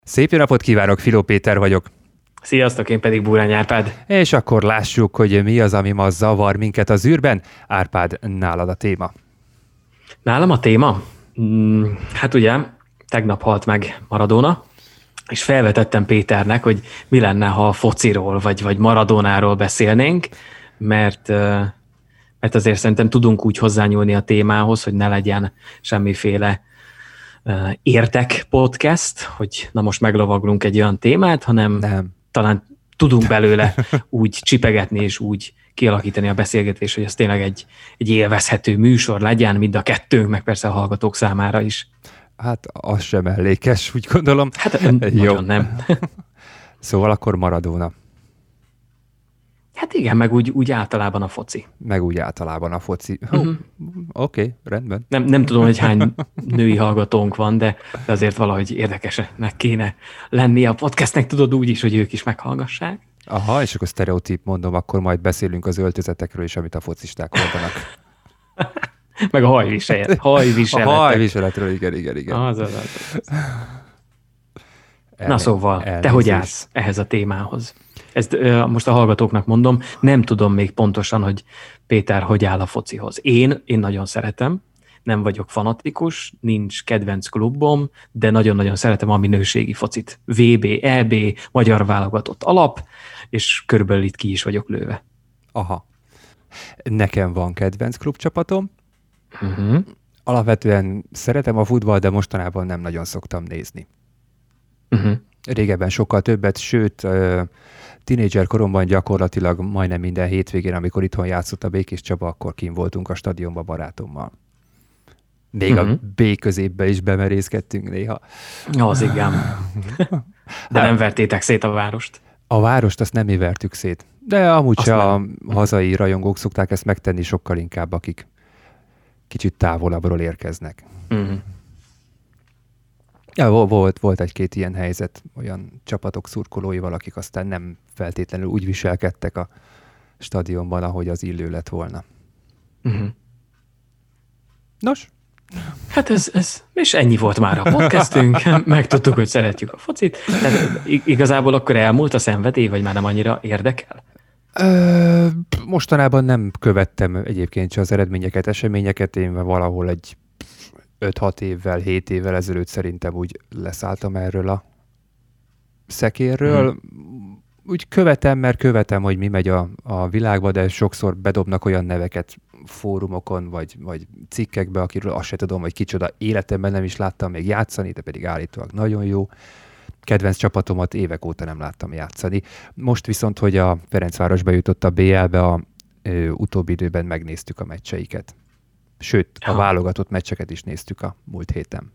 Szép jó napot kívánok, Filó Péter vagyok. Sziasztok, én pedig Búrány Árpád. És akkor lássuk, hogy mi az, ami ma zavar minket az űrben. Árpád, nálad a téma. Nálam a téma? Hát ugye, tegnap halt meg Maradona, és felvetettem Péternek, hogy mi lenne, ha a fociról vagy Maradónáról beszélnénk, mert azért szerintem tudunk úgy hozzányúlni a témához, hogy ne legyen semmiféle értek podcast, hogy na most meglovaglunk egy olyan témát, hanem talán tudunk belőle úgy csipegetni és úgy kialakítani a beszélgetést, hogy ez tényleg egy élvezhető műsor legyen, mind a kettőnk, meg persze a hallgatók számára is. Hát az sem mellékes, úgy gondolom. Hát nagyon nem. Szóval akkor Maradona. Hát igen, meg úgy általában a foci. Meg úgy általában a foci. Oké, rendben. Nem tudom, hogy hány női hallgatónk van, de azért valahogy érdekesnek kéne lenni a podcastnek, tudod úgy is, hogy ők is meghallgassák. Aha, és akkor sztereotíp mondom, akkor majd beszélünk az öltözetekről is, amit a focisták hordanak. Meg a hajviselet. A hajviseletről, igen. Az. Na szóval, te hogy állsz ehhez a témához? Ezt most a hallgatóknak mondom, nem tudom még pontosan, hogy Péter hogy áll a focihoz. Én nagyon szeretem, nem vagyok fanatikus, nincs kedvenc klubom, de nagyon-nagyon szeretem a minőségi focit. VB, EB, magyar válogatott alap, és körülbelül itt ki is vagyok lőve. Aha. Nekem van kedvenc klubcsapatom. Alapvetően szeretem a futball, de mostanában nem nagyon szoktam nézni. Régebben sokkal többet, sőt, tínédzser koromban gyakorlatilag majdnem minden hétvégén, amikor itthon játszott a Békés Csaba, akkor kint voltunk a stadionba barátommal. Még a B középbe is bemerészkedtünk néha. Az igen. De nem vertétek szét a várost. A várost azt nem mi vertük szét. De amúgy se a hazai rajongók szokták ezt megtenni sokkal inkább, akik kicsit távolabbról érkeznek. Ja, volt egy-két ilyen helyzet, olyan csapatok szurkolóival, akik aztán nem feltétlenül úgy viselkedtek a stadionban, ahogy az illő lett volna. Nos? Hát ez és ennyi volt már a podcastünk, megtudtuk, hogy szeretjük a focit. Tehát igazából akkor elmúlt a szenvedély, vagy már nem annyira érdekel? Mostanában nem követtem egyébként az eredményeket, eseményeket, én valahol egy 5-6 évvel, 7 évvel ezelőtt szerintem úgy leszálltam erről a szekérről. Úgy követem, hogy mi megy a világba, de sokszor bedobnak olyan neveket fórumokon, vagy cikkekbe, akiről azt se tudom, hogy kicsoda. Életemben nem is láttam még játszani, de pedig állítólag nagyon jó. Kedvenc csapatomat évek óta nem láttam játszani. Most viszont, hogy a Ferencváros bejutott a BL-be, a utóbbi időben megnéztük a meccseiket. Sőt, a válogatott meccseket is néztük a múlt héten.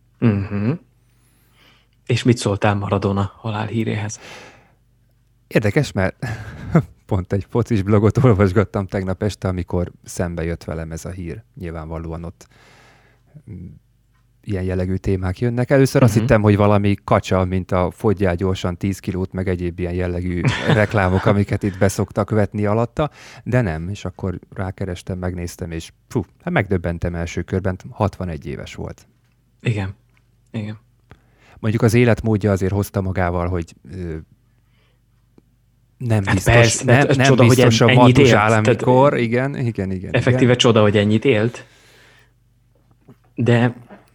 És mit szóltál Maradona halálhíréhez? Érdekes, mert pont egy focis blogot olvasgattam tegnap este, amikor szembe jött velem ez a hír. Nyilvánvalóan ott ilyen jellegű témák jönnek. Először azt hittem, hogy valami kacsa, mint a fogyjál gyorsan 10 kilót, meg egyéb ilyen jellegű reklámok, amiket itt beszoktak vetni alatta, de nem, és akkor rákerestem, megnéztem, és hát megdöbbentem első körben, 61 éves volt. Igen. Mondjuk az életmódja azért hozta magával, hogy nem biztos, persze, nem csoda, biztos hogy a Matuzsálemi kor. Igen. Effektíve igen. Csoda, hogy ennyit élt. De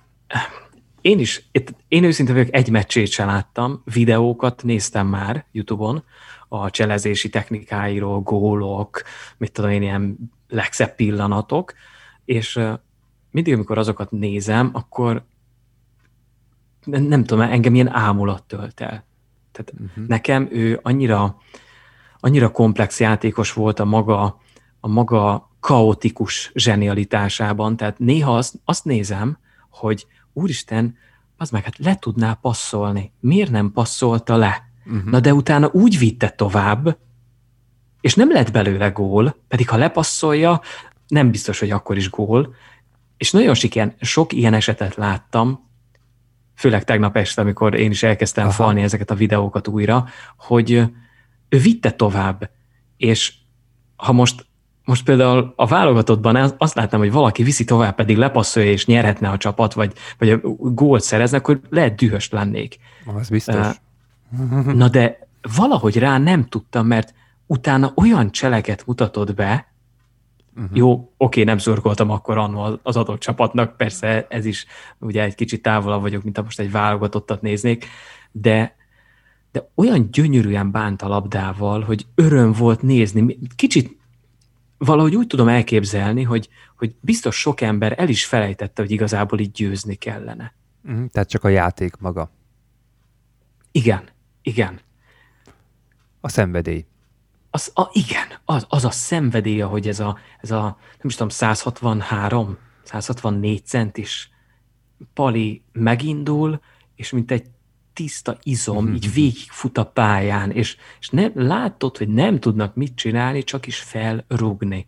én őszintén vagyok, egy meccsét sem láttam, videókat néztem már YouTube-on, a cselezési technikáiról, gólok, mit tudom én, ilyen legszebb pillanatok, és mindig, amikor azokat nézem, akkor nem tudom, engem ilyen ámulat tölt el. Tehát nekem ő annyira komplex játékos volt a maga kaotikus zsenialitásában, tehát néha azt nézem, hogy úristen, az meg hát le tudná passzolni. Miért nem passzolta le? Na de utána úgy vitte tovább, és nem lett belőle gól, pedig ha lepasszolja, nem biztos, hogy akkor is gól. És nagyon sok ilyen esetet láttam, főleg tegnap este, amikor én is elkezdtem falni ezeket a videókat újra, hogy ő vitte tovább, és ha most most például a válogatottban azt látnám, hogy valaki viszi tovább, pedig lepasszolja és nyerhetne a csapat, vagy a gólt szerezne, akkor lehet dühös lennék. Az biztos. Na de valahogy rá nem tudtam, mert utána olyan cseleket mutatott be, jó, oké, nem szurkoltam akkor annól az adott csapatnak, persze ez is ugye egy kicsit távolabb vagyok, mint ha most egy válogatottat néznék, de olyan gyönyörűen bánt a labdával, hogy öröm volt nézni. Kicsit valahogy úgy tudom elképzelni, hogy biztos sok ember el is felejtette, hogy igazából így győzni kellene. Tehát csak a játék maga. Igen. A szenvedély. Igen, az a szenvedély, hogy ez a nem is tudom, 164 centis pali megindul, és mint egy tiszta izom, így végigfut a pályán, és látod, hogy nem tudnak mit csinálni, csak is felrúgni.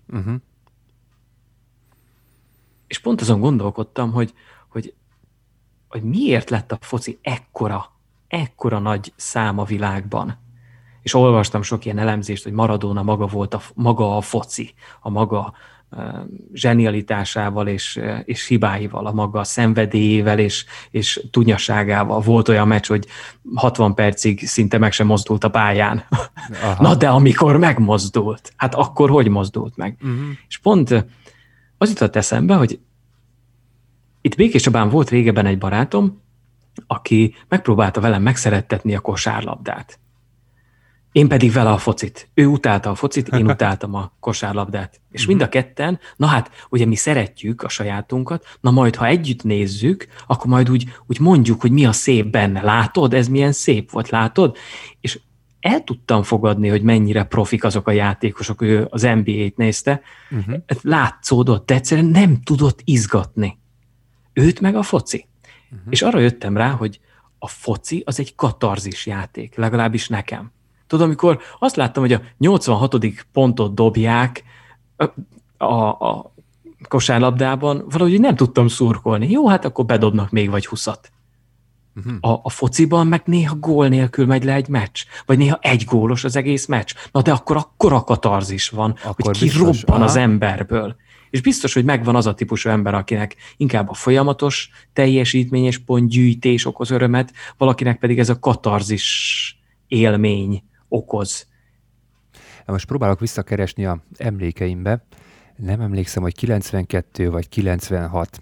És pont azon gondolkodtam, hogy miért lett a foci ekkora nagy szám a világban. És olvastam sok ilyen elemzést, hogy Maradona maga a foci, a maga zsenialitásával és hibáival, a maga szenvedélyével és tunyasságával. Volt olyan meccs, hogy 60 percig szinte meg sem mozdult a pályán. Na de amikor megmozdult, hát akkor hogy mozdult meg? És pont az jutott eszembe, hogy itt Békés Csabán volt régebben egy barátom, aki megpróbálta velem megszerettetni a kosárlabdát. Én pedig vele a focit. Ő utálta a focit, én utáltam a kosárlabdát. És mind a ketten, na hát, ugye mi szeretjük a sajátunkat, na majd, ha együtt nézzük, akkor majd úgy mondjuk, hogy mi a szép benne. Látod, ez milyen szép volt, látod? És el tudtam fogadni, hogy mennyire profik azok a játékosok, ő az NBA-t nézte. Látszódott, egyszerűen nem tudott izgatni. Őt meg a foci. És arra jöttem rá, hogy a foci az egy katarzis játék, legalábbis nekem. Tudod, amikor azt láttam, hogy a 86. pontot dobják a kosárlabdában, valahogy nem tudtam szurkolni. Jó, hát akkor bedobnak még vagy 20-at. A fociban meg néha gól nélkül megy le egy meccs, vagy néha egy gólos az egész meccs. Na de akkor akkora katarzis van, akkor hogy kirobban az emberből. És biztos, hogy megvan az a típusú ember, akinek inkább a folyamatos teljesítmény és pontgyűjtés okoz örömet, valakinek pedig ez a katarzis élmény okoz. Most próbálok visszakeresni a emlékeimbe. Nem emlékszem, hogy 92 vagy 96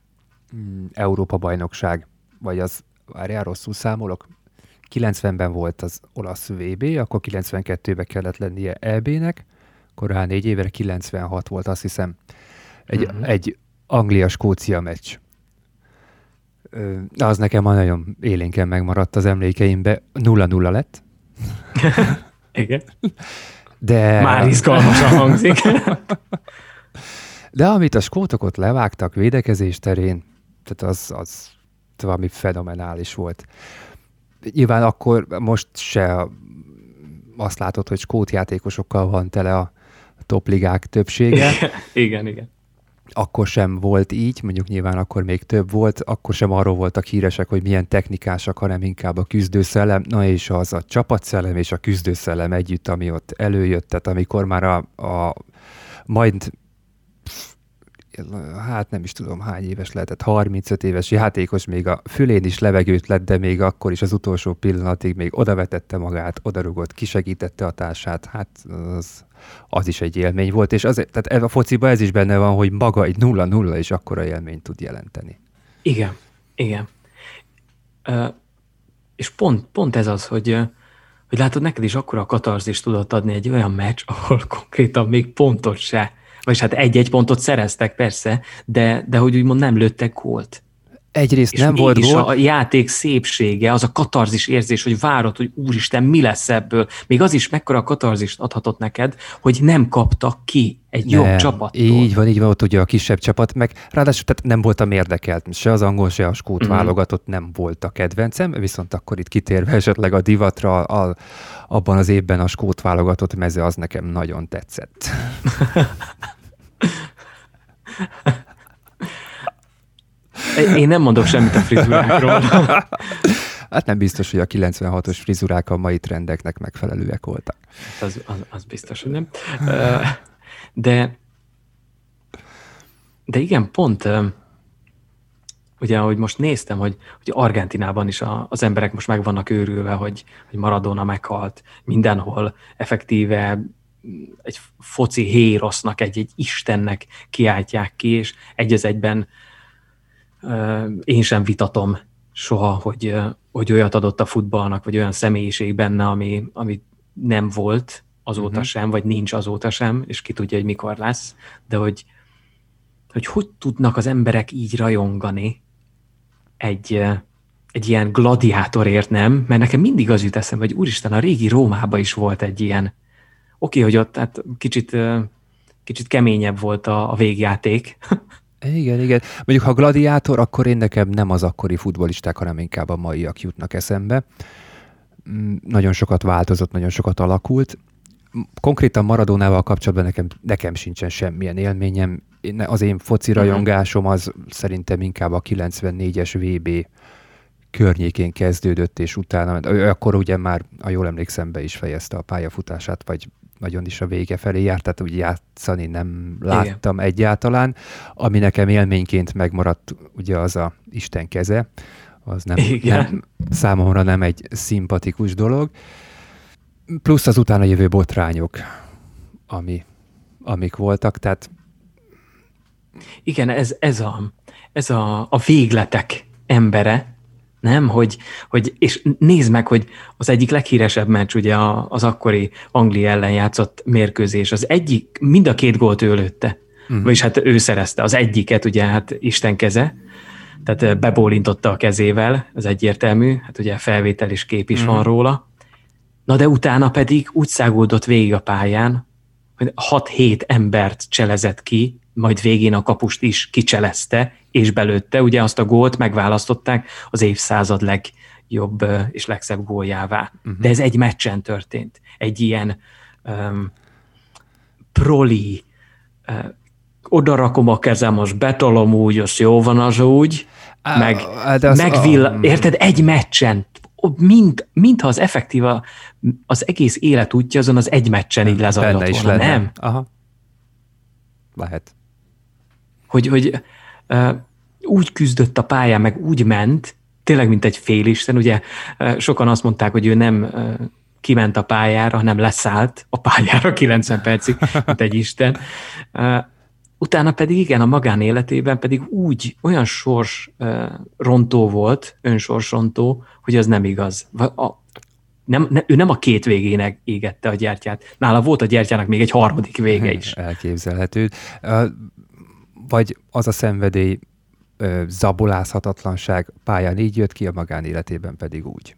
Európa-bajnokság, vagy az, várjál, rosszul számolok, 90-ben volt az olasz VB, akkor 92-ben kellett lennie EB-nek, akkor rá 4 évre 96 volt, azt hiszem, egy Anglia-Skócia meccs. Az nekem már nagyon élénken megmaradt az emlékeimbe. 0-0 lett. Igen. De... Már izgalmasan hangzik. De amit a skótok ott levágtak védekezés terén, tehát az valami fenomenális volt. Nyilván akkor most se azt látod, hogy skót játékosokkal van tele a topligák többsége. Igen. Akkor sem volt így, mondjuk nyilván akkor még több volt, akkor sem arról voltak híresek, hogy milyen technikásak, hanem inkább a küzdőszellem, na és az a csapatszellem és a küzdőszellem együtt, ami ott előjött, tehát amikor már majd hát nem is tudom hány éves lehetett, 35 éves játékos, még a fülén is levegőt lett, de még akkor is az utolsó pillanatig még odavetette magát, odarugott, kisegítette a társát, hát az is egy élmény volt, és azért, tehát a fociban ez is benne van, hogy maga egy 0-0 is akkora élményt tud jelenteni. Igen. És pont ez az, hogy látod, neked is akkora katarzist tudott adni egy olyan meccs, ahol konkrétan még pontot se, vagyis hát egy-egy pontot szereztek persze, de hogy úgymond nem lőttek gólt. Egyrészt nem volt gól. A játék szépsége, az a katarzis érzés, hogy várod, hogy úristen, mi lesz ebből. Még az is mekkora katarzist adhatott neked, hogy nem kaptak ki egy jobb csapattól. Így van, ott ugye a kisebb csapat, meg ráadásul tehát nem voltam érdekelt, se az angol, se a skót válogatott nem volt a kedvencem, viszont akkor itt kitérve esetleg a divatra, abban az évben a skót válogatott meze az nekem nagyon tetszett. Én nem mondok semmit a frizurákról. Hát nem biztos, hogy a 96-os frizurák a mai trendeknek megfelelőek voltak. Az biztos, hogy nem. De igen, pont ugye, ahogy most néztem, hogy Argentinában is az emberek most meg vannak őrülve, hogy Maradona meghalt, mindenhol effektíve egy foci hérosznak, egy istennek kiáltják ki, és egy az egyben én sem vitatom soha, hogy olyat adott a futballnak, vagy olyan személyiség benne, ami nem volt azóta sem, vagy nincs azóta sem, és ki tudja, hogy mikor lesz, de hogy tudnak az emberek így rajongani egy ilyen gladiátorért, nem? Mert nekem mindig az jut eszembe, hogy úristen, a régi Rómában is volt egy ilyen. Oké, hogy ott hát kicsit keményebb volt a végjáték. Igen. Mondjuk, ha gladiátor, akkor én nekem nem az akkori futballisták, hanem inkább a maiak jutnak eszembe. Nagyon sokat változott, nagyon sokat alakult. Konkrétan Maradónával kapcsolatban nekem sincsen semmilyen élményem. Az én foci rajongásom az szerintem inkább a 94-es VB környékén kezdődött, és utána, akkor ugye már, ha jól emlékszem, be is fejezte a pályafutását, vagy nagyon is a vége felé járt, tehát úgy játszani nem láttam egyáltalán. Ami nekem élményként megmaradt, ugye az a Isten keze, az nem számomra nem egy szimpatikus dolog. Plusz az utána jövő botrányok, amik voltak, tehát igen, ez a végletek embere, nem? Hogy, és nézd meg, hogy az egyik leghíresebb meccs, ugye az akkori Anglia ellen játszott mérkőzés, az egyik, mind a két gólt ő lőtte. Vagyis hát ő szerezte az egyiket, ugye hát Isten keze, tehát bebólintotta a kezével, az egyértelmű, hát ugye felvétel és kép is van róla. Na de utána pedig úgy száguldott végig a pályán, hogy 6-7 embert cselezett ki, majd végén a kapust is kicselezte, és belőtte, ugye azt a gólt megválasztották az évszázad legjobb és legszebb góljává. De ez egy meccsen történt. Egy ilyen proli, odarakom a kezem, most betolom úgy, az jó van az úgy, érted? Egy meccsen. Mintha az effektíva, az egész életútja azon az egy meccsen így lezajlott volna, nem? Aha. Lehet. Hogy úgy küzdött a pályán, meg úgy ment, tényleg, mint egy félisten. Ugye sokan azt mondták, hogy ő nem kiment a pályára, hanem leszállt a pályára 90 percig, mint egy isten. Utána pedig igen, a magánéletében pedig olyan sors rontó volt, önsorsrontó, hogy az nem igaz. Ő nem a két végének égette a gyertyát. Nála volt a gyertyának még egy harmadik vége is. Elképzelhető. Vagy az a szenvedély, zabolázhatatlanság pályán így jött ki, a magánéletében pedig úgy.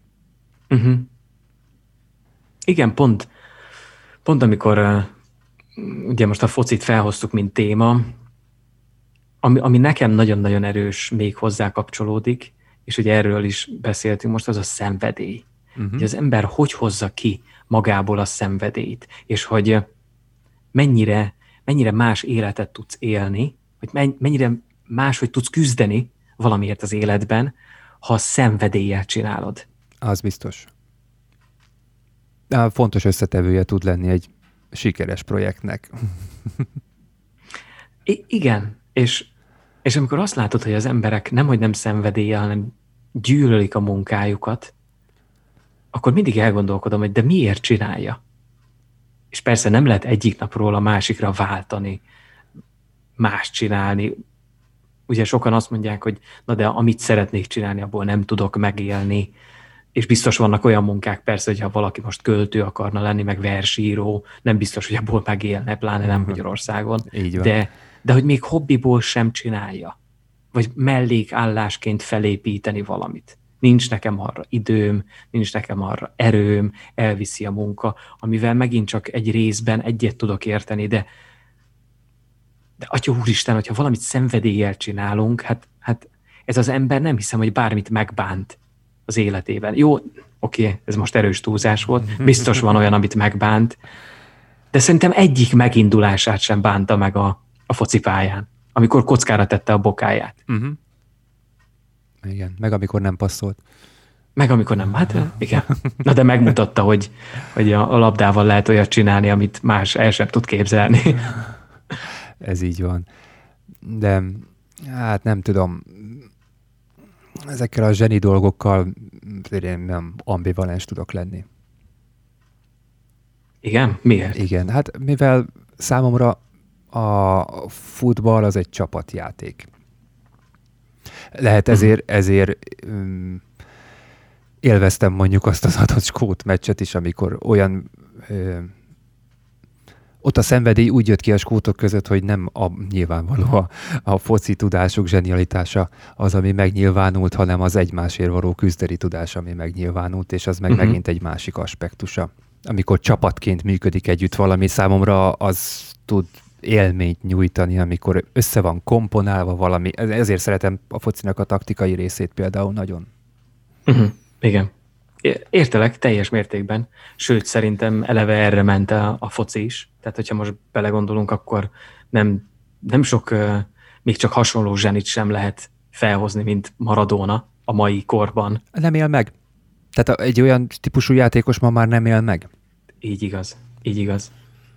Igen, pont amikor ugye most a focit felhoztuk, mint téma, ami nekem nagyon-nagyon erős még hozzá kapcsolódik, és ugye erről is beszéltünk most, az a szenvedély. Hogy az ember hogy hozza ki magából a szenvedélyt, és hogy mennyire más életet tudsz élni, hogy mennyire máshogy tudsz küzdeni valamiért az életben, ha szenvedéllyel csinálod. Az biztos. Fontos összetevője tud lenni egy sikeres projektnek. Igen, és amikor azt látod, hogy az emberek nemhogy nem szenvedéllyel, hanem gyűlölik a munkájukat, akkor mindig elgondolkodom, hogy de miért csinálja? És persze nem lehet egyik napról a másikra váltani, más csinálni. Ugye sokan azt mondják, hogy na de amit szeretnék csinálni, abból nem tudok megélni. És biztos vannak olyan munkák, persze, hogyha valaki most költő akarna lenni, meg versíró, nem biztos, hogy abból megélne, pláne nem Magyarországon. De hogy még hobbiból sem csinálja. Vagy mellékállásként felépíteni valamit. Nincs nekem arra időm, nincs nekem arra erőm, elviszi a munka, amivel megint csak egy részben egyet tudok érteni, de Atya úristen, hogyha valamit szenvedéllyel csinálunk, hát ez az ember nem hiszem, hogy bármit megbánt az életében. Jó, oké, ez most erős túlzás volt, biztos van olyan, amit megbánt, de szerintem egyik megindulását sem bánta meg a focipályán, amikor kockára tette a bokáját. Igen, meg amikor nem passzolt. Meg amikor nem. Hát igen. Na de megmutatta, hogy a labdával lehet olyat csinálni, amit más el sem tud képzelni. Ez így van. De hát nem tudom, ezekkel a zseni dolgokkal én nem ambivalens tudok lenni. Igen? Miért? Igen, hát mivel számomra a futball az egy csapatjáték. Lehet ezért élveztem mondjuk azt az adott skót meccset is, amikor olyan ott a szenvedély úgy jött ki a skótok között, hogy nem nyilvánvaló a foci tudásuk, zsenialitása az, ami megnyilvánult, hanem az egymásért való küzdeni tudás, ami megnyilvánult, és az meg megint egy másik aspektusa. Amikor csapatként működik együtt valami, számomra az tud élményt nyújtani, amikor össze van komponálva valami. Ezért szeretem a focinak a taktikai részét például nagyon. Igen. Értelek teljes mértékben. Sőt, szerintem eleve erre ment a foci is. Tehát, hogyha most belegondolunk, akkor nem sok, még csak hasonló zsenit sem lehet felhozni, mint Maradona a mai korban. Nem él meg. Tehát egy olyan típusú játékos ma már nem él meg. Így igaz. Így igaz.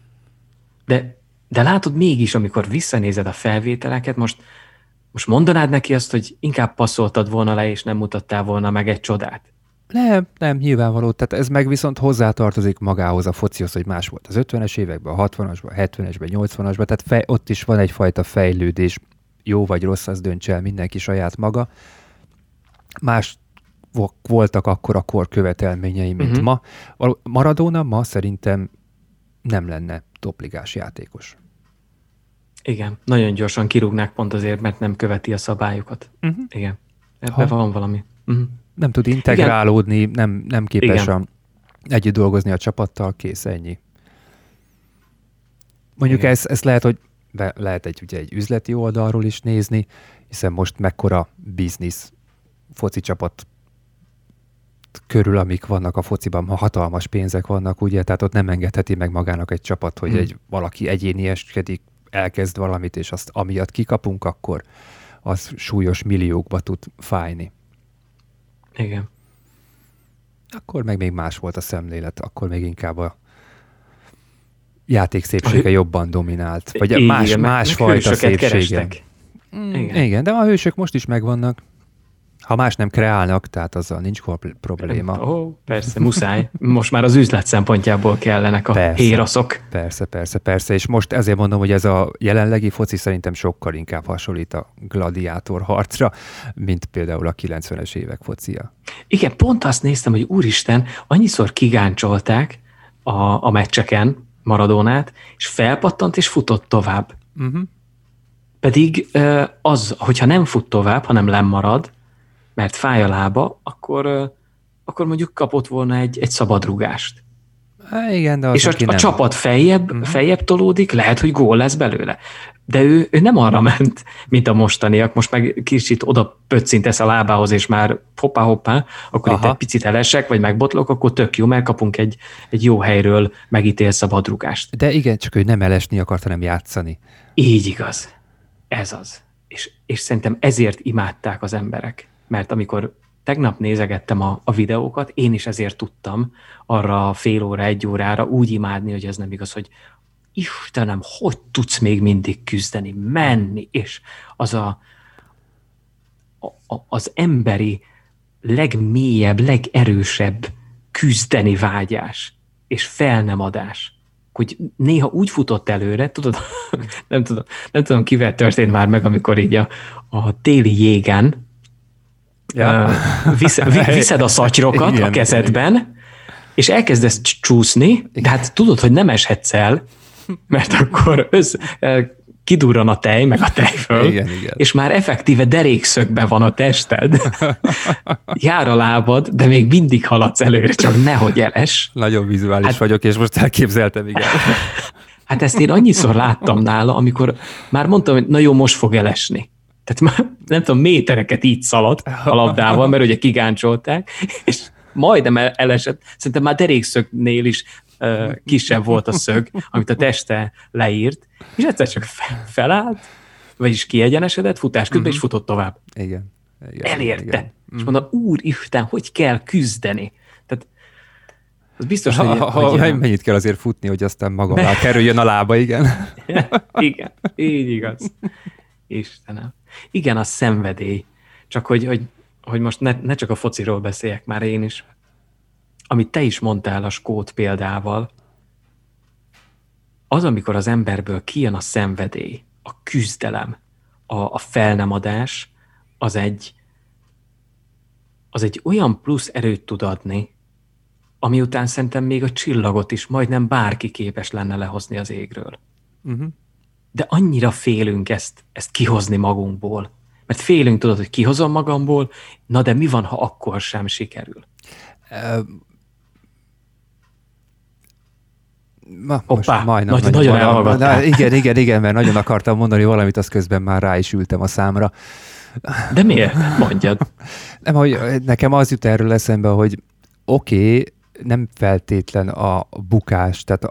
De látod mégis, amikor visszanézed a felvételeket, most mondanád neki azt, hogy inkább passzoltad volna le, és nem mutattál volna meg egy csodát? Nem, nyilvánvaló. Tehát ez meg viszont hozzátartozik magához a focihoz, hogy más volt az 50-es években, a 60-asban, a 70-esben, 80-asban, tehát ott is van egyfajta fejlődés, jó vagy rossz, az döntse el mindenki saját maga. Más voltak akkor a kor követelményei, mint ma. Maradona ma szerintem nem lenne topligás játékos. Igen, nagyon gyorsan kirúgnák pont azért, mert nem követi a szabályokat. Igen, ebben van valami. Nem tud integrálódni, nem képes együtt dolgozni a csapattal, kész, ennyi. Mondjuk ezt lehet, hogy lehet egy üzleti oldalról is nézni, hiszen most mekkora biznisz foci csapat körül, amik vannak a fociban, ha hatalmas pénzek vannak, ugye, tehát ott nem engedheti meg magának egy csapat, hogy valaki egyénieskedik, elkezd valamit, és azt amiatt kikapunk, akkor az súlyos milliókba tud fájni. Igen. Akkor meg még más volt a szemlélet, akkor még inkább a játék szépsége jobban dominált, vagy másfajta szépsége. Igen, de a hősök most is megvannak. Ha más nem kreálnak, tehát azzal nincs probléma. Persze, muszáj. Most már az üzlet szempontjából kellenek a híraszok. Persze. És most ezért mondom, hogy ez a jelenlegi foci szerintem sokkal inkább hasonlít a gladiátor harcra, mint például a 90-es évek focia. Igen, pont azt néztem, hogy úristen, annyiszor kigáncsolták a meccseken Maradonát, és felpattant és futott tovább. Pedig hogyha nem fut tovább, hanem lemarad, mert fáj a lába, akkor mondjuk kapott volna egy szabadrúgást. Igen, de és a csapat feljebb tolódik, lehet, hogy gól lesz belőle. De ő nem arra ment, mint a mostaniak. Most meg kicsit oda pöccintesz a lábához, és már hoppá, akkor itt egy picit elesek, vagy megbotlok, akkor tök jó, mert kapunk egy jó helyről megítél szabadrúgást. De igen, csak ő nem elesni akart, hanem játszani. Így igaz. Ez az. És szerintem ezért imádták az emberek. Mert amikor tegnap nézegettem a videókat, én is ezért tudtam arra fél óra, egy órára úgy imádni, hogy ez nem igaz, hogy Istenem, hogy tudsz még mindig küzdeni, menni, és az emberi legmélyebb, legerősebb küzdeni vágyás és fel nem adás, hogy néha úgy futott előre, tudod, nem tudom kivel történt már meg, amikor így a téli jégen viszed a szatyrokat a kezedben, és elkezdesz csúszni, de hát tudod, hogy nem eshetsz el, mert akkor kidurran a tej, meg a tejföl, igen. És már effektíve derékszögben van a tested, jár a lábad, de még mindig haladsz előre, csak nehogy eles. Nagyon vizuális vagyok, és most elképzeltem, igen. Hát ezt én annyiszor láttam nála, amikor már mondtam, hogy na jó, most fog elesni. Tehát már nem tudom, métereket így szaladt a labdával, mert ugye kigáncsolták, és majdnem elesett. Szerintem már derékszögnél is kisebb volt a szög, amit a teste leírt, és egyszer csak felállt, vagyis kiegyenesedett, futás közben, és futott tovább. Igen. elérte. Igen. És mondom, úristen, hogy kell küzdeni? Tehát az biztos, hogy mennyit kell azért futni, hogy aztán maga alá kerüljön a lába, igen. Igen, így igaz. Istenem. Igen, a szenvedély. Csak hogy most ne csak a fociról beszéljek már én is. Amit te is mondtál a skót példával, az, amikor az emberből kijön a szenvedély, a küzdelem, a felnemadás, az egy olyan plusz erőt tud adni, ami után szerintem még a csillagot is majdnem bárki képes lenne lehozni az égről. De annyira félünk ezt kihozni magunkból. Mert félünk, tudod, hogy kihozom magamból, na de mi van, ha akkor sem sikerül? Hoppá, nagyon elhallgattál. Igen, mert nagyon akartam mondani valamit, az közben már rá is ültem a számra. De miért? Mondjad. Nem, hogy nekem az jut erről eszembe, hogy oké, nem feltétlen a bukás, tehát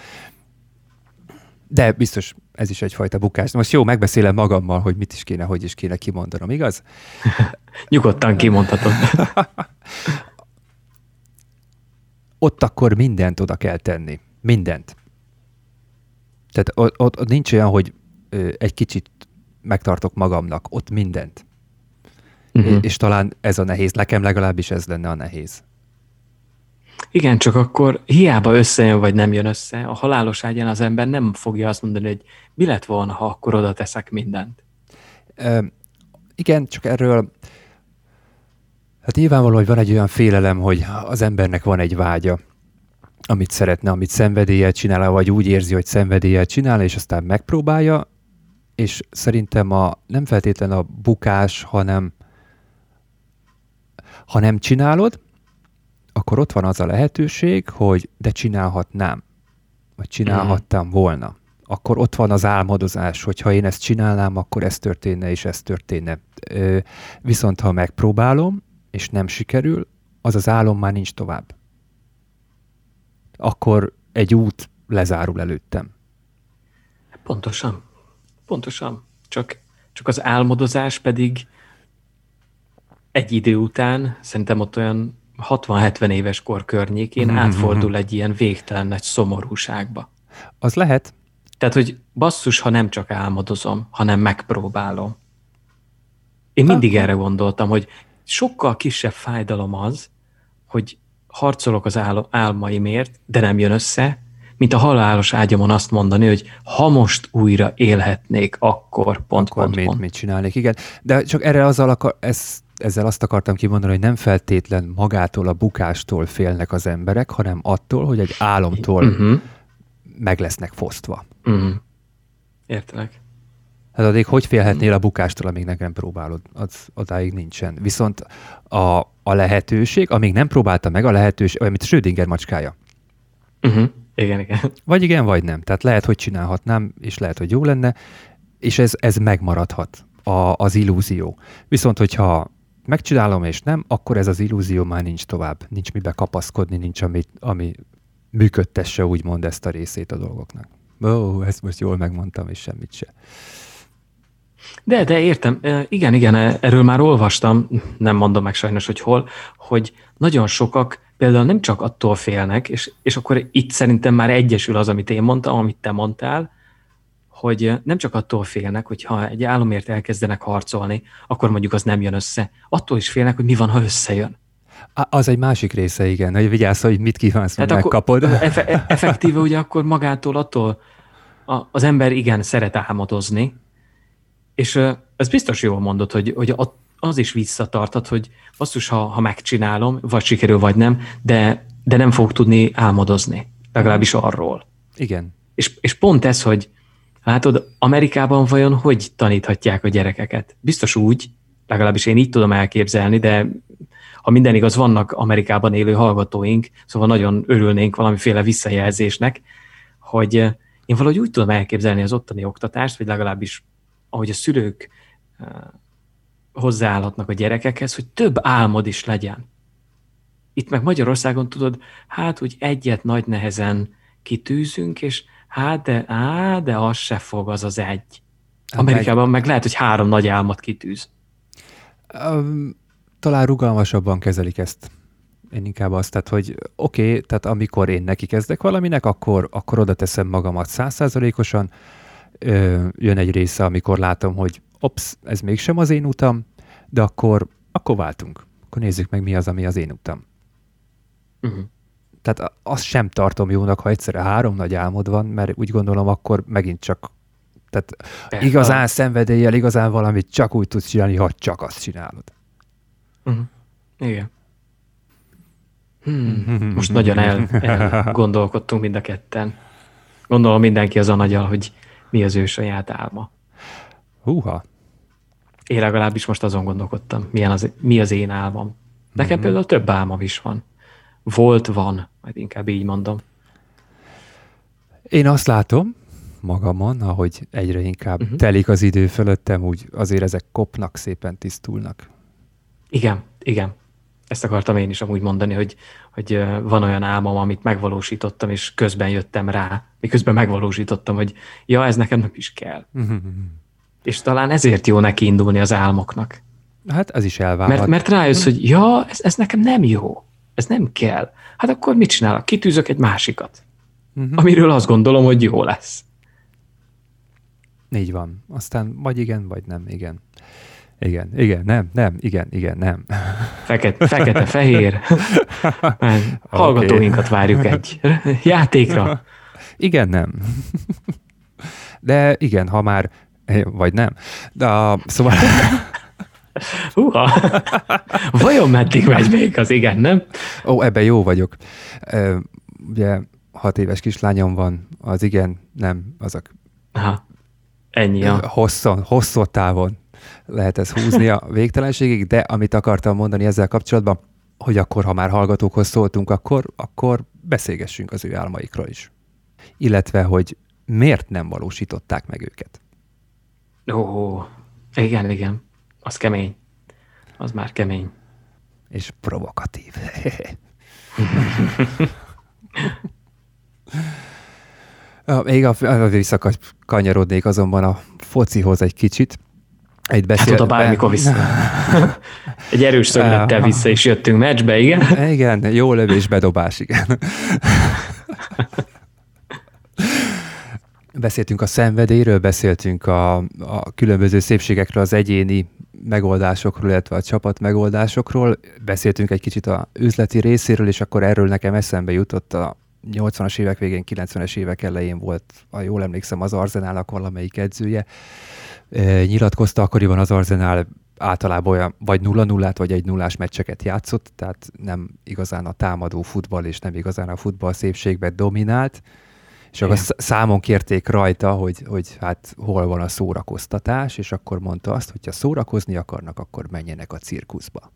de biztos ez is egyfajta bukás. Most jó, megbeszélem magammal, hogy mit is kéne, hogy is kéne kimondanom, igaz? Nyugodtan kimondhatod. Ott akkor mindent oda kell tenni. Mindent. Tehát ott nincs olyan, hogy egy kicsit megtartok magamnak. Ott mindent. És talán ez a nehéz. Nekem legalábbis ez lenne a nehéz. Igen, csak akkor hiába összejön, vagy nem jön össze, a halálos ágyán az ember nem fogja azt mondani, hogy mi lett volna, ha akkor oda teszek mindent. Igen, csak erről hát nyilvánvaló, hogy van egy olyan félelem, hogy az embernek van egy vágya, amit szeretne, amit szenvedéllyel csinál, vagy úgy érzi, hogy szenvedéllyel csinál, és aztán megpróbálja, és szerintem nem feltétlen a bukás, hanem ha nem csinálod, akkor ott van az a lehetőség, hogy de csinálhatnám, vagy csinálhattam volna. Akkor ott van az álmodozás, hogy ha én ezt csinálnám, akkor ez történne, és ez történne. Viszont ha megpróbálom, és nem sikerül, az álom már nincs tovább. Akkor egy út lezárul előttem. Pontosan. Csak az álmodozás pedig egy idő után, szerintem ott olyan 60-70 éves kor környékén átfordul egy ilyen végtelen nagy szomorúságba. Az lehet. Tehát, hogy basszus, ha nem csak álmodozom, hanem megpróbálom. Én mindig erre gondoltam, hogy sokkal kisebb fájdalom az, hogy harcolok az álmaimért, de nem jön össze, mint a halálos ágyamon azt mondani, hogy ha most újra élhetnék, akkor mit csinálnék, igen. De csak erre ezzel azt akartam kimondani, hogy nem feltétlen magától a bukástól félnek az emberek, hanem attól, hogy egy álomtól meg lesznek fosztva. Értelek. Hát addig hogy félhetnél a bukástól, amíg nem próbálod? Az odáig nincsen. Viszont a lehetőség, amíg nem próbálta meg a lehetőség, olyan, mint Schrödinger macskája. Igen. Vagy igen, vagy nem. Tehát lehet, hogy csinálhatnám, és lehet, hogy jó lenne, és ez megmaradhat, az illúzió. Viszont, hogyha megcsinálom, és nem, akkor ez az illúzió már nincs tovább. Nincs mibe kapaszkodni, nincs ami működtesse úgymond ezt a részét a dolgoknak. Ezt most jól megmondtam, és semmit se. De értem. Igen, erről már olvastam, nem mondom meg sajnos, hogy hol, hogy nagyon sokak például nem csak attól félnek, és akkor itt szerintem már egyesül az, amit én mondtam, amit te mondtál, hogy nem csak attól félnek, hogy ha egy álomért elkezdenek harcolni, akkor mondjuk az nem jön össze. Attól is félnek, hogy mi van, ha összejön. Az egy másik része, igen, hogy vigyázz, hogy mit kívánsz, hogy megkapod. Effektíve ugye akkor attól az ember igen szeret álmodozni, és ez biztos jól mondod, hogy az is visszatartat, hogy basszus, ha megcsinálom, vagy sikerül, vagy nem, de nem fog tudni álmodozni. Legalábbis arról. Igen. És pont ez, hogy látod, Amerikában vajon hogy taníthatják a gyerekeket? Biztos úgy, legalábbis én így tudom elképzelni, de ha minden igaz, vannak Amerikában élő hallgatóink, szóval nagyon örülnénk valamiféle visszajelzésnek, hogy én valahogy úgy tudom elképzelni az ottani oktatást, vagy legalábbis ahogy a szülők hozzáállhatnak a gyerekekhez, hogy több álmod is legyen. Itt meg Magyarországon tudod, hát úgy egyet nagy nehezen kitűzünk, és de az se fog, az egy. Amerikában meg lehet, hogy 3 nagy álmot kitűz. Talán rugalmasabban kezelik ezt. Én inkább azt, tehát, hogy oké, tehát amikor én neki kezdek valaminek, akkor oda teszem magamat 100%-osan. Jön egy része, amikor látom, hogy ez mégsem az én utam, de akkor váltunk. Akkor nézzük meg, mi az, ami az én utam. Uh-huh. Tehát azt sem tartom jónak, ha egyszerre 3 nagy álmod van, mert úgy gondolom, akkor megint csak tehát igazán szenvedéllyel, igazán valamit csak úgy tudsz csinálni, ha csak azt csinálod. Uh-huh. Igen. Most nagyon elgondolkodtunk mind a ketten. Gondolom mindenki az a nagyal, hogy mi az ő saját álma. Húha. Én legalábbis most azon gondolkodtam, mi az én álmom. Nekem például több álmom is van. Van, majd inkább így mondom. Én azt látom magamon, ahogy egyre inkább telik az idő fölöttem, úgy azért ezek kopnak, szépen tisztulnak. Igen. Ezt akartam én is amúgy mondani, hogy van olyan álmom, amit megvalósítottam, és közben jöttem rá, miközben megvalósítottam, hogy ez nekem nem is kell. És talán ezért jó neki indulni az álmoknak. Hát ez is elválhat. Mert rájössz, hogy ez nekem nem jó, ez nem kell. Hát akkor mit csinálok? Kitűzök egy másikat, amiről azt gondolom, hogy jó lesz. Így van. Aztán vagy igen, vagy nem, igen. Igen, nem. Fekete-fehér. Hallgatóinkat várjuk egy játékra. Igen, nem. De igen, ha már, vagy nem. De szóval... Húha! Vajon meddig megy még az igen, nem? Ebben jó vagyok. Ugye 6 éves kislányom van, az igen, nem, azok... Aha. Ennyi hosszú távon lehet ez húzni a végtelenségig, de amit akartam mondani ezzel kapcsolatban, hogy akkor, ha már hallgatókhoz szóltunk, akkor beszélgessünk az ő álmaikról is. Illetve, hogy miért nem valósították meg őket. Igen. Az kemény. Az már kemény. És provokatív. Még visszakanyarodnék azonban a focihoz egy kicsit. Hát oda bármikor vissza. Egy erős szöglettel vissza is jöttünk meccsbe, igen? Igen, jó lövés, bedobás, igen. Beszéltünk a szenvedélyről, beszéltünk a különböző szépségekről, az egyéni megoldásokról, illetve a csapat megoldásokról. Beszéltünk egy kicsit az üzleti részéről, és akkor erről nekem eszembe jutott a 80-as évek végén, 90-es évek elején volt, ha jól emlékszem, az Arsenalnak valamelyik edzője. Nyilatkozta akkoriban az Arsenal általában olyan vagy 0-0-át, vagy 1-0-ás meccseket játszott, tehát nem igazán a támadó futball, és nem igazán a futball szépségben dominált, és akkor számon kérték rajta, hogy hát hol van a szórakoztatás, és akkor mondta azt, hogy ha szórakozni akarnak, akkor menjenek a cirkuszba.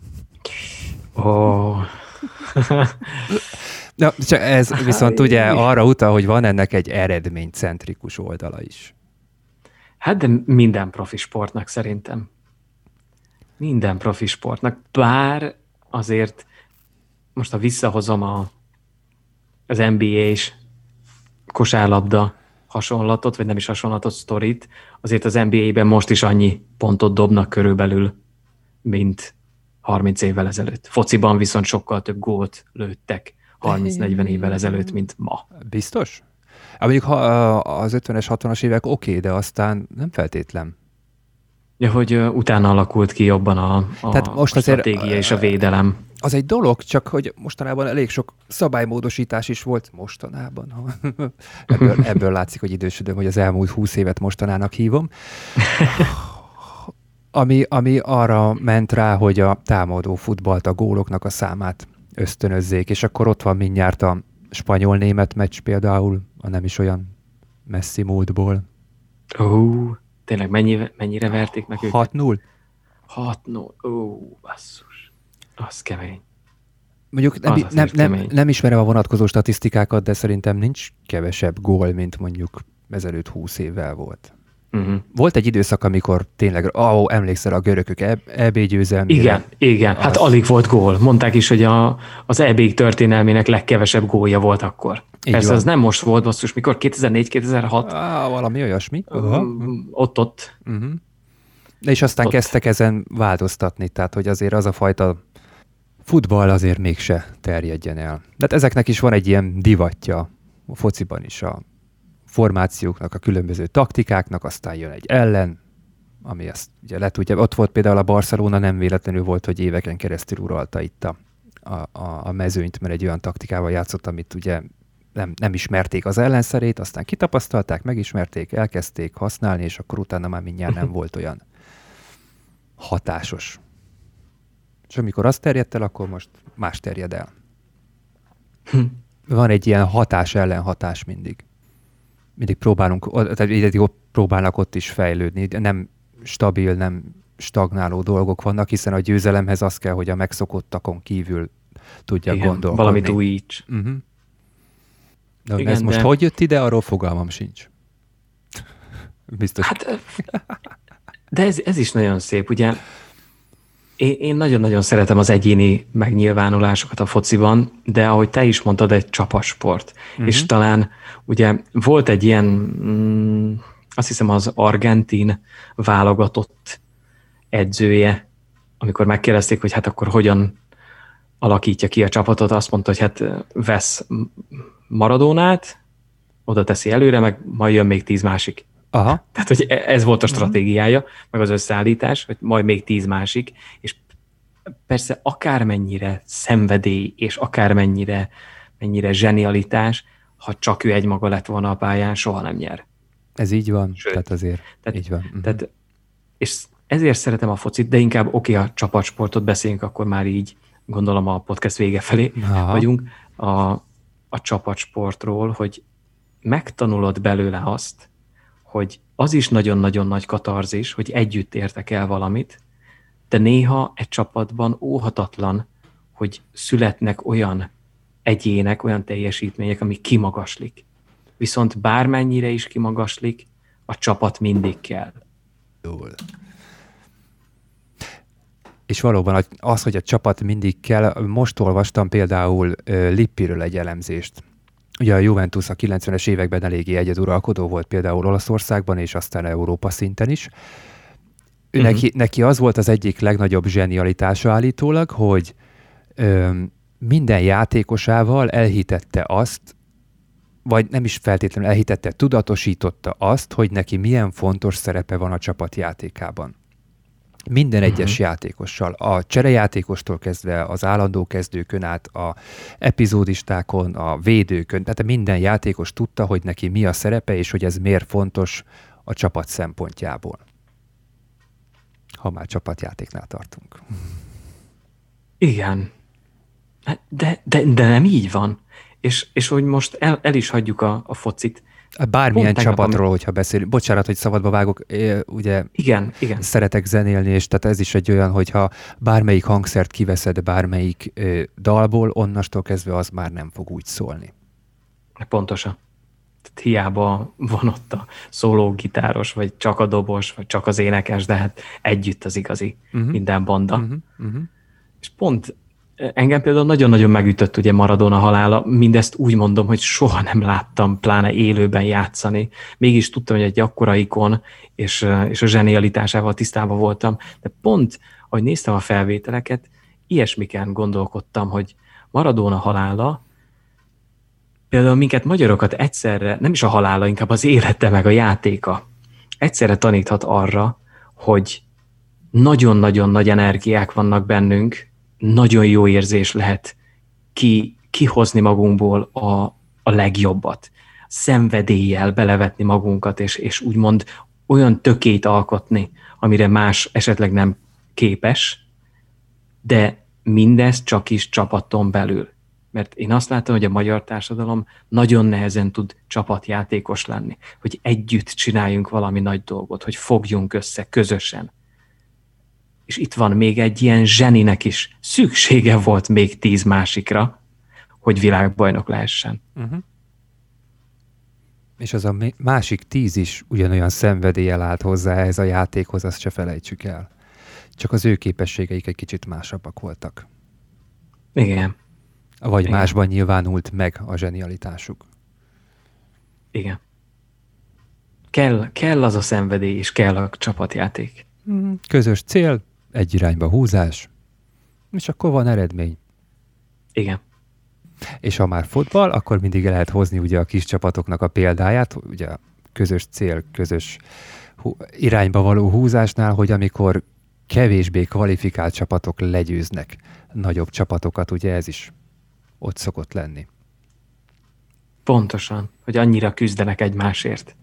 Na, csak ez viszont ugye arra utal, hogy van ennek egy eredménycentrikus oldala is. Hát de minden profi sportnak szerintem. Minden profi sportnak. Bár azért most ha visszahozom az NBA-s kosárlabda hasonlatot, vagy nem is hasonlatot, sztorit, azért az NBA-ben most is annyi pontot dobnak körülbelül, mint 30 évvel ezelőtt. Fociban viszont sokkal több gólt lőttek 30-40 évvel ezelőtt, mint ma. Biztos? Mondjuk az 50-es, 60-as évek oké, de aztán nem feltétlen. Ja, hogy utána alakult ki jobban a most stratégia és a védelem. Az egy dolog, csak hogy mostanában elég sok szabálymódosítás is volt mostanában. Ebből látszik, hogy idősödöm, hogy az elmúlt 20 évet mostanának hívom. Ami arra ment rá, hogy a támadó futballt, a góloknak a számát ösztönözzék, és akkor ott van mindjárt a spanyol-német meccs például, a nem is olyan messzi múltból. Tényleg mennyire verték meg őket? 6-0? 6-0, basszus. Az kemény. Mondjuk nem ismerem a vonatkozó statisztikákat, de szerintem nincs kevesebb gól, mint mondjuk ezelőtt 20 évvel volt. Volt egy időszak, amikor tényleg, emlékszel a görögök EB győzelmére. Igen. Hát alig volt gól. Mondták is, hogy az EB történelmének legkevesebb gólja volt akkor. Így persze van. az nem most volt, basszus, mikor? 2004-2006? Valami olyasmi. Ott. És aztán Ott. kezdtek ezen változtatni, tehát hogy azért az a fajta futball azért mégse terjedjen el. De hát ezeknek is van egy ilyen divatja a fociban is, a formációknak, a különböző taktikáknak, aztán jön egy ellen, ami ezt ugye letudja. Ott volt például a Barcelona, nem véletlenül volt, hogy éveken keresztül uralta itt a mezőnyt, mert egy olyan taktikával játszott, amit ugye nem ismerték az ellenszerét, aztán kitapasztalták, megismerték, elkezdték használni, és akkor utána már mindjárt nem volt olyan hatásos. És amikor az terjedt el, akkor most más terjed el. Van egy ilyen hatás-ellenhatás mindig. Mindig próbálnak ott is fejlődni. Nem stabil, nem stagnáló dolgok vannak, hiszen a győzelemhez az kell, hogy a megszokottakon kívül tudja gondolkodni. Valamit újíts. Uh-huh. De igen, ez most hogy jött ide, arról fogalmam sincs. Biztos. Hát, de ez is nagyon szép, ugye? Én nagyon-nagyon szeretem az egyéni megnyilvánulásokat a fociban, de ahogy te is mondtad, egy csapatsport. Uh-huh. És talán ugye volt egy ilyen, azt hiszem az argentin válogatott edzője, amikor megkérdezték, hogy hát akkor hogyan alakítja ki a csapatot, azt mondta, hogy hát vesz Maradónát, oda teszi előre, meg majd jön még 10 másik. Aha. Tehát, hogy ez volt a stratégiája, meg az összeállítás, hogy majd még 10 másik, és persze akármennyire szenvedély, és akármennyire zsenialitás, ha csak ő egymaga lett volna a pályán, soha nem nyer. Ez így van, Sőt, tehát azért így van. Tehát, és ezért szeretem a focit, de inkább a csapatsportot beszéljünk, akkor már így gondolom a podcast vége felé vagyunk a csapatsportról, hogy megtanulod belőle azt, hogy az is nagyon-nagyon nagy katarzis, hogy együtt értek el valamit, de néha egy csapatban óhatatlan, hogy születnek olyan egyének, olyan teljesítmények, ami kimagaslik. Viszont bármennyire is kimagaslik, a csapat mindig kell. Jól. És valóban az, hogy a csapat mindig kell, most olvastam például Lippiről egy elemzést. Ugye a Juventus a 90-es években eléggé egyeduralkodó volt például Olaszországban, és aztán Európa szinten is. Neki az volt az egyik legnagyobb zsenialitása állítólag, hogy minden játékosával elhitette azt, vagy nem is feltétlenül elhitette, tudatosította azt, hogy neki milyen fontos szerepe van a csapatjátékában. Minden egyes játékossal, a cserejátékostól kezdve az állandó kezdőkön át, a epizódistákon, a védőkön, tehát minden játékos tudta, hogy neki mi a szerepe, és hogy ez miért fontos a csapat szempontjából. Ha már csapatjátéknál tartunk. Igen. De nem így van. És hogy most el is hagyjuk a focit. Bármilyen csapatról, hogyha beszélünk. Bocsánat, hogy szabadba vágok, ugye igen. Szeretek zenélni, és tehát ez is egy olyan, hogyha bármelyik hangszert kiveszed bármelyik dalból, onnastól kezdve az már nem fog úgy szólni. Pontosan. Tehát hiába van ott a szólógitáros, vagy csak a dobos, vagy csak az énekes, de hát együtt az igazi minden banda. És pont engem például nagyon-nagyon megütött ugye Maradona halála, mindezt úgy mondom, hogy soha nem láttam pláne élőben játszani. Mégis tudtam, hogy egy akkora ikon, és a zsenialitásával tisztában voltam, de pont, ahogy néztem a felvételeket, ilyesmiken gondolkodtam, hogy Maradona halála például minket magyarokat egyszerre, nem is a halála, inkább az élete meg a játéka egyszerre taníthat arra, hogy nagyon-nagyon nagy energiák vannak bennünk, nagyon jó érzés lehet kihozni magunkból a legjobbat. Szenvedéllyel belevetni magunkat, és úgymond olyan tökét alkotni, amire más esetleg nem képes, de mindez csak is csapaton belül. Mert én azt látom, hogy a magyar társadalom nagyon nehezen tud csapatjátékos lenni, hogy együtt csináljunk valami nagy dolgot, hogy fogjunk össze közösen. És itt van még egy ilyen zseninek is szüksége volt még 10 másikra, hogy világbajnok lehessen. És az a másik 10 is ugyanolyan szenvedéllyel állt hozzá ehhez a játékhoz, azt se felejtsük el. Csak az ő képességeik egy kicsit másabbak voltak. Igen. Vagy igen. Másban nyilvánult meg a zsenialitásuk. Igen. Kell az a szenvedély, és kell a csapatjáték. Közös cél, egy irányba húzás, és akkor van eredmény. Igen. És ha már fotball, akkor mindig el lehet hozni ugye a kis csapatoknak a példáját, ugye a közös cél, közös irányba való húzásnál, hogy amikor kevésbé kvalifikált csapatok legyőznek nagyobb csapatokat, ugye ez is ott szokott lenni. Pontosan, hogy annyira küzdenek egymásért.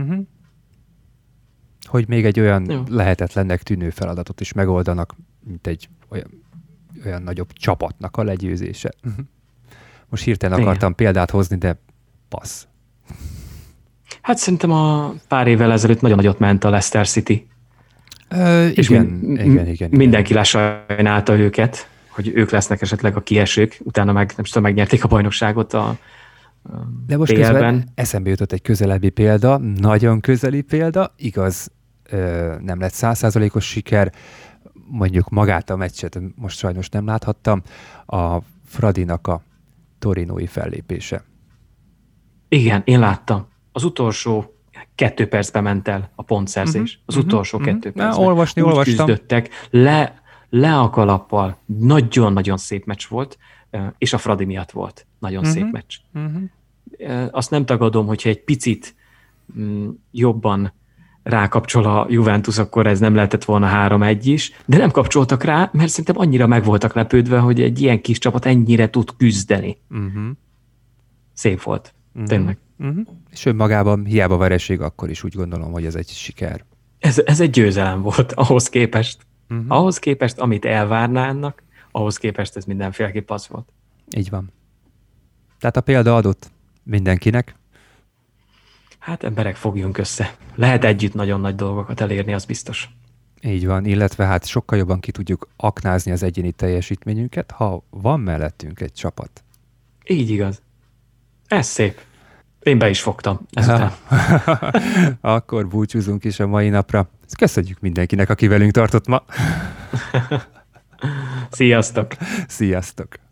Hogy még egy olyan lehetetlennek tűnő feladatot is megoldanak, mint egy olyan nagyobb csapatnak a legyőzése. Most hirtelen akartam példát hozni, de passz. Hát szerintem a pár évvel ezelőtt nagyon nagyot ment a Leicester City. És igen. Mindenki lesajnálta őket, hogy ők lesznek esetleg a kiesők, utána megnyerték a bajnokságot a de most közben eszembe jutott egy közelebbi példa, nagyon közeli példa, igaz, nem lett 100%-os siker, mondjuk magát a meccset most sajnos nem láthattam, a Fradinak a torinói fellépése. Igen, én láttam. Az utolsó 2 percben ment el a pontszerzés. Az utolsó 2 percben. Olvastam. Küzdöttek, le a kalappal. Nagyon-nagyon szép meccs volt, és a Fradi miatt volt. Nagyon szép meccs. Azt nem tagadom, hogyha egy picit jobban rákapcsol a Juventus, akkor ez nem lehetett volna 3-1 is, de nem kapcsoltak rá, mert szerintem annyira meg voltak lepődve, hogy egy ilyen kis csapat ennyire tud küzdeni. Szép volt. Tényleg. És önmagában hiába vereség, akkor is úgy gondolom, hogy ez egy siker. Ez egy győzelem volt ahhoz képest. Ahhoz képest, amit elvárnának, ahhoz képest ez mindenféleképp az volt. Így van. Tehát a példa adott mindenkinek. Hát emberek, fogjunk össze. Lehet együtt nagyon nagy dolgokat elérni, az biztos. Így van, illetve hát sokkal jobban ki tudjuk aknázni az egyéni teljesítményünket, ha van mellettünk egy csapat. Így igaz. Ez szép. Én be is fogtam ezután. Akkor búcsúzunk is a mai napra. Köszönjük mindenkinek, aki velünk tartott ma. Sziasztok! Sziasztok!